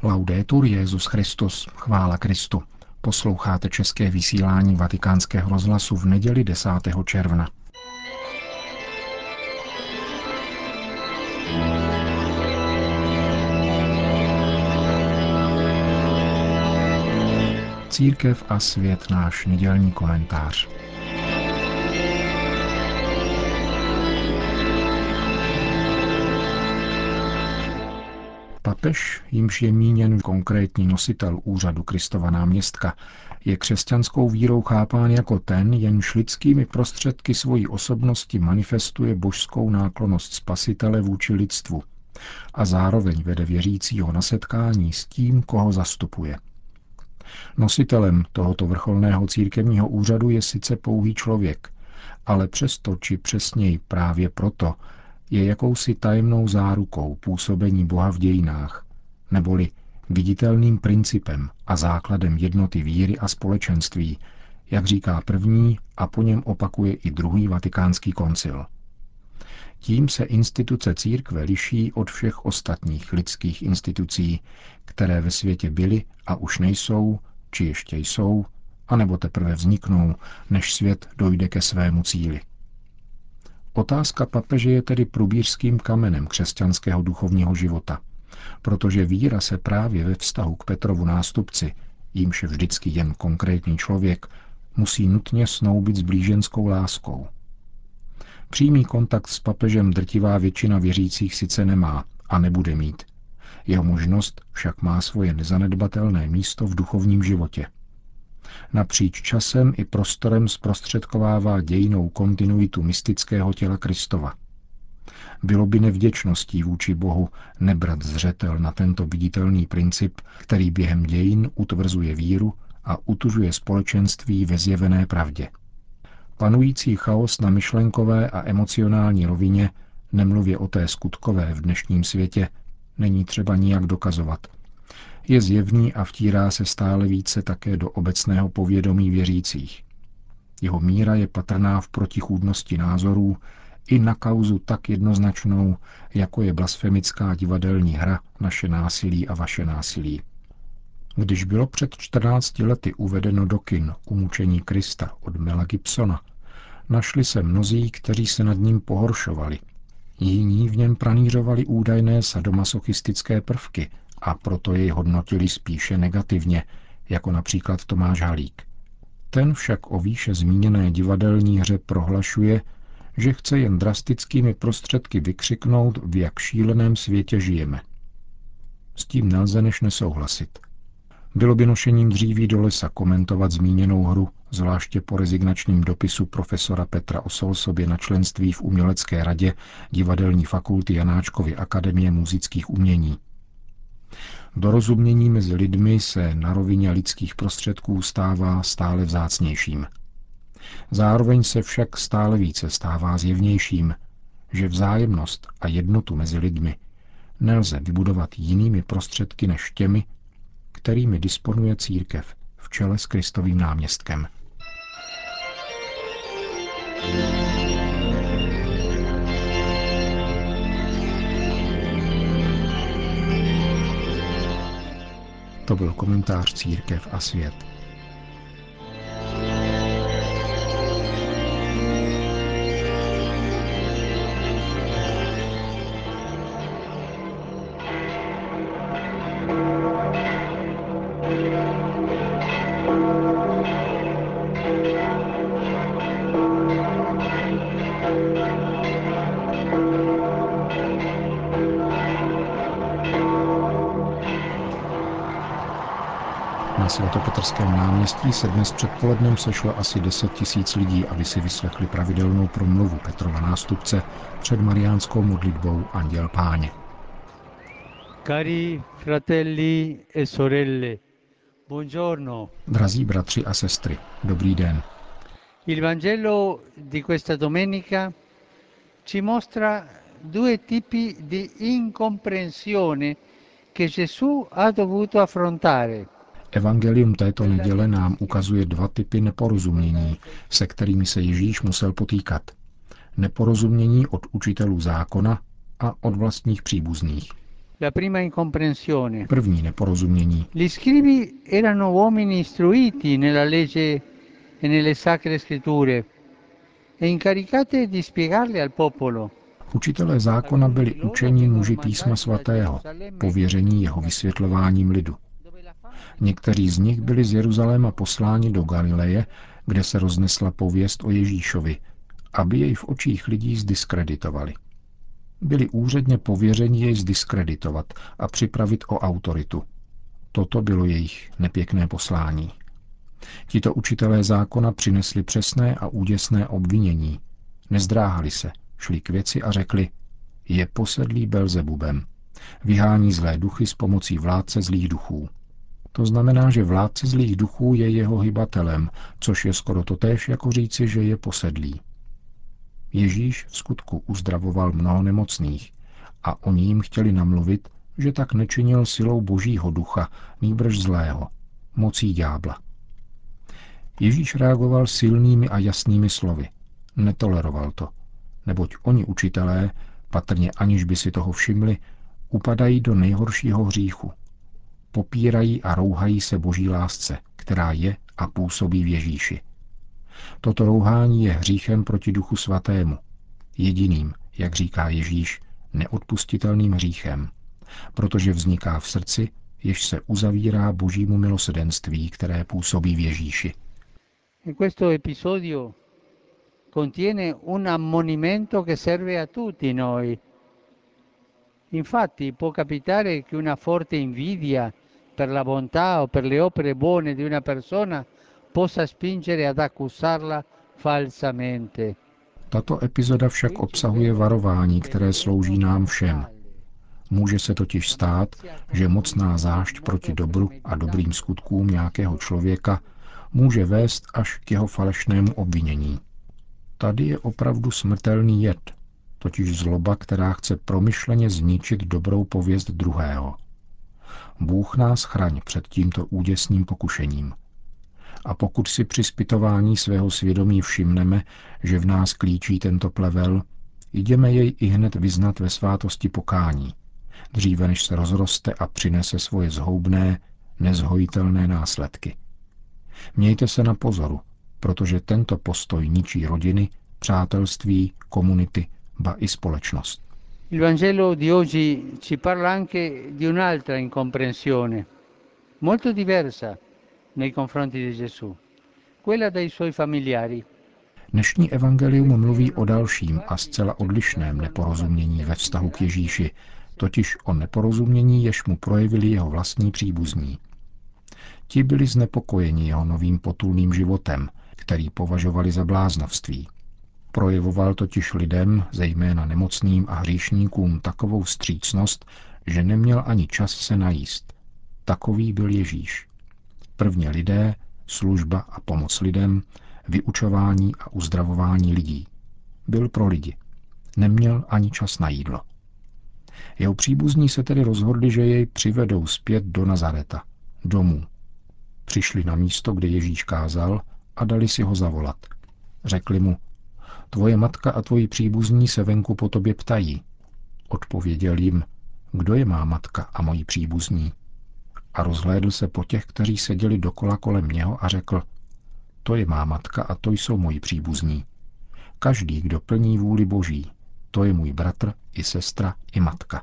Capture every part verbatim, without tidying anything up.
Laudetur Jesus Christus, chvála Kristu. Posloucháte české vysílání Vatikánského rozhlasu v neděli desátého června. Církev a svět, náš nedělní komentář. Papež, jímž je míněn konkrétní nositel úřadu Kristova náměstka, je křesťanskou vírou chápán jako ten, jenž lidskými prostředky svojí osobnosti manifestuje božskou náklonnost Spasitele vůči lidstvu a zároveň vede věřícího na setkání s tím, koho zastupuje. Nositelem tohoto vrcholného církevního úřadu je sice pouhý člověk, ale přesto, či přesněji právě proto, je jakousi tajemnou zárukou působení Boha v dějinách, neboli viditelným principem a základem jednoty víry a společenství, jak říká první a po něm opakuje i druhý vatikánský koncil. Tím se instituce církve liší od všech ostatních lidských institucí, které ve světě byly a už nejsou, či ještě jsou, anebo teprve vzniknou, než svět dojde ke svému cíli. Otázka papeže je tedy průbířským kamenem křesťanského duchovního života, protože víra se právě ve vztahu k Petrovu nástupci, jímž je vždycky jen konkrétní člověk, musí nutně snoubit s blíženskou láskou. Přímý kontakt s papežem drtivá většina věřících sice nemá a nebude mít. Jeho možnost však má svoje nezanedbatelné místo v duchovním životě. Napříč časem i prostorem zprostředkovává dějinnou kontinuitu mystického těla Kristova. Bylo by nevděčností vůči Bohu nebrat zřetel na tento viditelný princip, který během dějin utvrzuje víru a utužuje společenství ve zjevené pravdě. Panující chaos na myšlenkové a emocionální rovině, nemluvě o té skutkové v dnešním světě, není třeba nijak dokazovat. Je zjevný a vtírá se stále více také do obecného povědomí věřících. Jeho míra je patrná v protichůdnosti názorů i na kauzu tak jednoznačnou, jako je blasfemická divadelní hra Naše násilí a vaše násilí. Když bylo před čtrnácti lety uvedeno do kin Umučení Krista od Mela Gibsona, našli se mnozí, kteří se nad ním pohoršovali. Jiní v něm pranířovali údajné sadomasochistické prvky a proto jej hodnotili spíše negativně, jako například Tomáš Halík. Ten však o výše zmíněné divadelní hře prohlašuje, že chce jen drastickými prostředky vykřiknout, v jak šíleném světě žijeme. S tím nelze než nesouhlasit. Bylo by nošením dříví do lesa komentovat zmíněnou hru, zvláště po rezignačním dopisu profesora Petra Osolsobě na členství v Umělecké radě divadelní fakulty Janáčkovy akademie múzických umění. Dorozumění mezi lidmi se na rovině lidských prostředků stává stále vzácnějším. Zároveň se však stále více stává zjevnějším, že vzájemnost a jednotu mezi lidmi nelze vybudovat jinými prostředky než těmi, kterými disponuje církev v čele s Kristovým náměstkem. To byl komentář Církev a svět. Na svatopetrském náměstí se dnes předpolednem sešlo asi deset tisíc lidí, aby si vyslechli pravidelnou promluvu Petrova nástupce před mariánskou modlitbou Anděl Páně. Cari fratelli e sorelle, buongiorno. Drazí bratři a sestry, dobrý den. Il Vangelo di questa domenica ci mostra due tipi di incomprensione che Gesù ha dovuto affrontare. Evangelium této neděle nám ukazuje dva typy neporozumění, se kterými se Ježíš musel potýkat. Neporozumění od učitelů zákona a od vlastních příbuzných. La prima incomprensione. První neporozumění. Gli scribi erano uomini istruiti nella legge e nelle sacre scritture e incaricati di spiegarle al popolo. Učitelé zákona byli učení muži písma svatého, pověření jeho vysvětlováním lidu. Někteří z nich byli z Jeruzaléma posláni do Galileje, kde se roznesla pověst o Ježíšovi, aby jej v očích lidí zdiskreditovali. Byli úředně pověřeni jej zdiskreditovat a připravit o autoritu. Toto bylo jejich nepěkné poslání. Tito učitelé zákona přinesli přesné a úděsné obvinění. Nezdráhali se, šli k věci a řekli, je posedlý Belzebubem. Vyhání zlé duchy s pomocí vládce zlých duchů. To znamená, že vládce zlých duchů je jeho hybatelem, což je skoro totéž jako říci, že je posedlý. Ježíš v skutku uzdravoval mnoho nemocných a oni jim chtěli namluvit, že tak nečinil silou božího ducha, nýbrž zlého, mocí ďábla. Ježíš reagoval silnými a jasnými slovy. Netoleroval to, neboť oni učitelé, patrně aniž by si toho všimli, upadají do nejhoršího hříchu. Popírají a rouhají se boží lásce, která je a působí v Ježíši. Toto rouhání je hříchem proti Duchu Svatému, jediným, jak říká Ježíš, neodpustitelným hříchem, protože vzniká v srdci, jež se uzavírá božímu milosedenství, které působí v Ježíši. In questo episodio contiene un ammonimento che serve a tutti noi. Infatti può capitare che una forte invidia per la bontà o per le opere buone di una persona possa spingere ad accusarla falsamente. Tato epizoda však obsahuje varování, které slouží nám všem. Může se totiž stát, že mocná zášť proti dobru a dobrým skutkům nějakého člověka může vést až k jeho falešnému obvinění. Tady je opravdu smrtelný jed, totiž zloba, která chce promyšleně zničit dobrou pověst druhého. Bůh nás chraň před tímto úděsným pokušením. A pokud si při zpytování svého svědomí všimneme, že v nás klíčí tento plevel, jdeme jej i hned vyznat ve svátosti pokání, dříve než se rozroste a přinese svoje zhoubné, nezhojitelné následky. Mějte se na pozoru, protože tento postoj ničí rodiny, přátelství, komunity, ba i společnost. Il Vangelo di oggi ci parla anche di un'altra incomprensione, molto diversa nei confronti di Gesù, quella dei suoi familiari. Dnešní evangelium mluví o dalším a zcela odlišném neporozumění ve vztahu k Ježíši, totiž o neporozumění, jež mu projevili jeho vlastní příbuzní. Ti byli znepokojeni jeho novým potulným životem, který považovali za bláznovství. Projevoval totiž lidem, zejména nemocným a hříšníkům, takovou vstřícnost, že neměl ani čas se najíst. Takový byl Ježíš. Prvně lidé, služba a pomoc lidem, vyučování a uzdravování lidí. Byl pro lidi. Neměl ani čas na jídlo. Jeho příbuzní se tedy rozhodli, že jej přivedou zpět do Nazareta, domů. Přišli na místo, kde Ježíš kázal, a dali si ho zavolat. Řekli mu, tvoje matka a tvoji příbuzní se venku po tobě ptají. Odpověděl jim, kdo je má matka a moji příbuzní? A rozhlédl se po těch, kteří seděli dokola kolem něho a řekl, to je má matka a to jsou moji příbuzní. Každý, kdo plní vůli Boží, to je můj bratr i sestra i matka.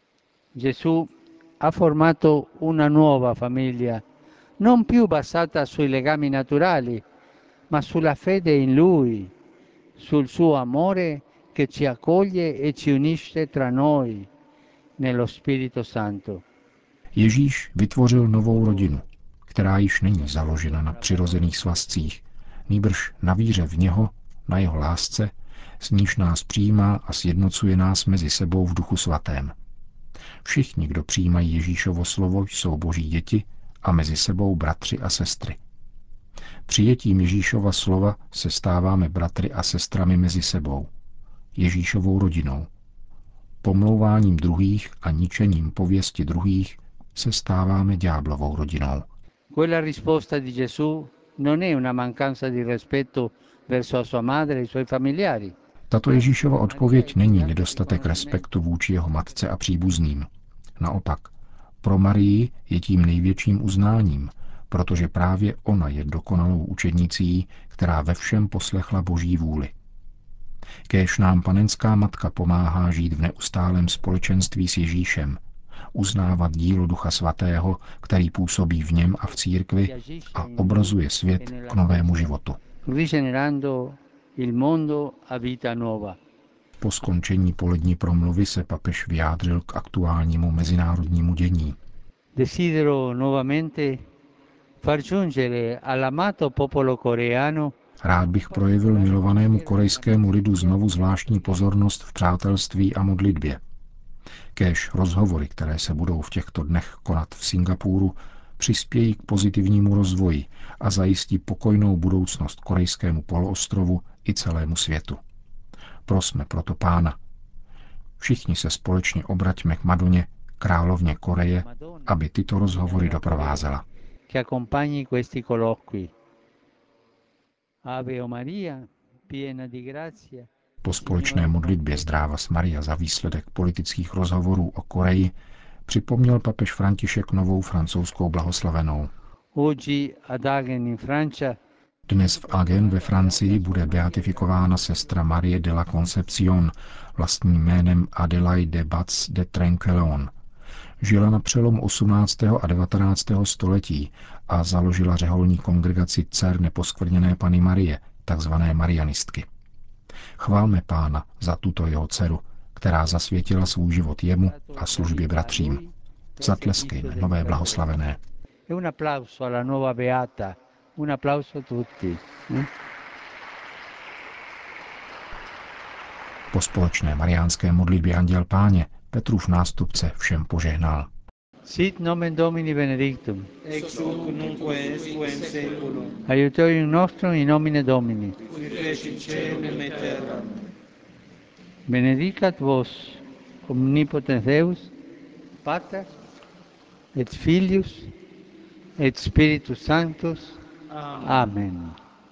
Gesù ha formato una nuova famiglia, non più basata sui legami naturali, ma sulla fede in Lui, sul suo amore che ci accoglie e ci unisce tra noi nello Spirito Santo. Ježíš vytvořil novou rodinu, která již není založena na přirozených svazcích, nýbrž na víře v něho, na jeho lásce, s níž nás přijímá a sjednocuje nás mezi sebou v Duchu Svatém. Všichni, kdo přijímají Ježíšovo slovo, jsou Boží děti a mezi sebou bratři a sestry. Přijetím Ježíšova slova se stáváme bratry a sestrami mezi sebou, Ježíšovou rodinou. Pomlouváním druhých a ničením pověsti druhých se stáváme ďáblovou rodinou. Quella risposta di Gesù non è una mancanza di rispetto verso sua madre e i suoi familiari. Tato Ježíšova odpověď není nedostatek respektu vůči jeho matce a příbuzným. Naopak, pro Marii je tím největším uznáním, protože právě ona je dokonalou učednicí, která ve všem poslechla Boží vůli. Kéž nám Panenská Matka pomáhá žít v neustálém společenství s Ježíšem, uznávat dílo Ducha Svatého, který působí v něm a v církvi a obrazuje svět k novému životu. Po skončení polední promluvy se papež vyjádřil k aktuálnímu mezinárodnímu dění. Desidero nuovamente far giungere all'amato popolo coreano. Rád bych projevil milovanému korejskému lidu znovu zvláštní pozornost v přátelství a modlitbě. Kéž rozhovory, které se budou v těchto dnech konat v Singapuru, přispějí k pozitivnímu rozvoji a zajistí pokojnou budoucnost korejskému poloostrovu i celému světu. Prosme proto Pána. Všichni se společně obraťme k Madoně, královně Koreje, aby tyto rozhovory doprovázela. Po společné modlitbě Zdravas Maria za výsledek politických rozhovorů o Koreji připomněl papež František novou francouzskou blahoslavenou. Dnes v Agen ve Francii bude beatifikována sestra Marie de la Concepción, vlastním jménem Adelaide de Batz de Trinquelon. Žila na přelomu osmnáctého a devatenáctého století a založila řeholní kongregaci Dcer neposkvrněné Panny Marie, takzvané marianistky. Chválme Pána za tuto jeho dceru, která zasvětila svůj život jemu a službě bratřím. Zatleskejme nové blahoslavené. Un applauso alla nuova beata. Un applauso a tutti. Po společné mariánské modlitbě Anděl Páně Petrův nástupce všem požehnal. Sit nomen Domini benedictum. Ex hoc nunc et usque in seculum. Aiutorium nostrum in nomine Domini. Qui fecit caelum et terram. Benedicat vos omnipotens Deus, Pater et Filius et Spiritus Sanctus. Amen. Amen.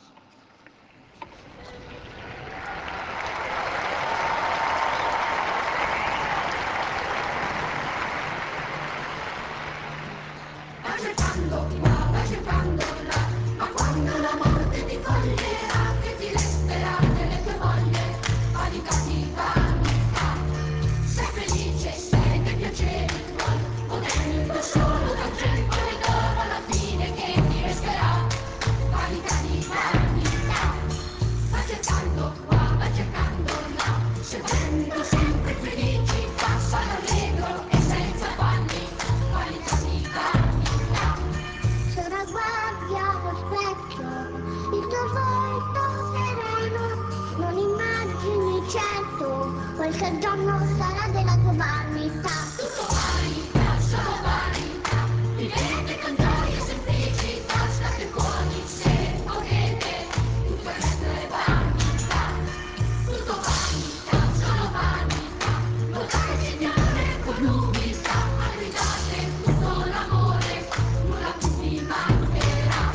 Qualche giorno sarà della tua vanità. Tutto vanità, solo vanità. Vivete con gioia e semplicità. State buoni se potete. Tutto il resto è vanità. Tutto vanità, solo vanità. Lodate il Signore con umiltà. Gridate tutto l'amore. Nulla più vi mancherà.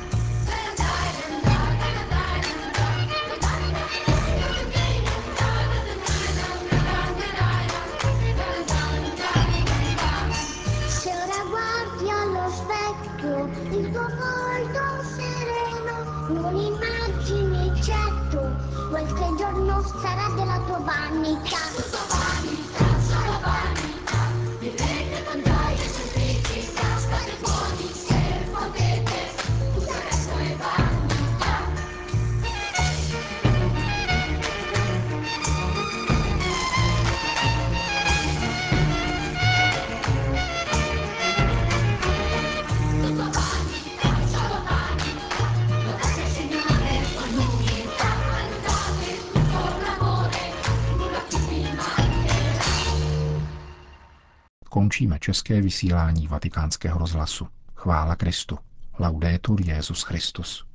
Il tuo volto sereno, non immagini certo, qualche giorno sarà della tua vanità. Tutto vanità, solo vanità, vivete con gioia e semplicità, state buoni se potete, tutto il resto è vanità. Končíme české vysílání Vatikánského rozhlasu. Chvála Kristu. Laudetur Jesus Christus.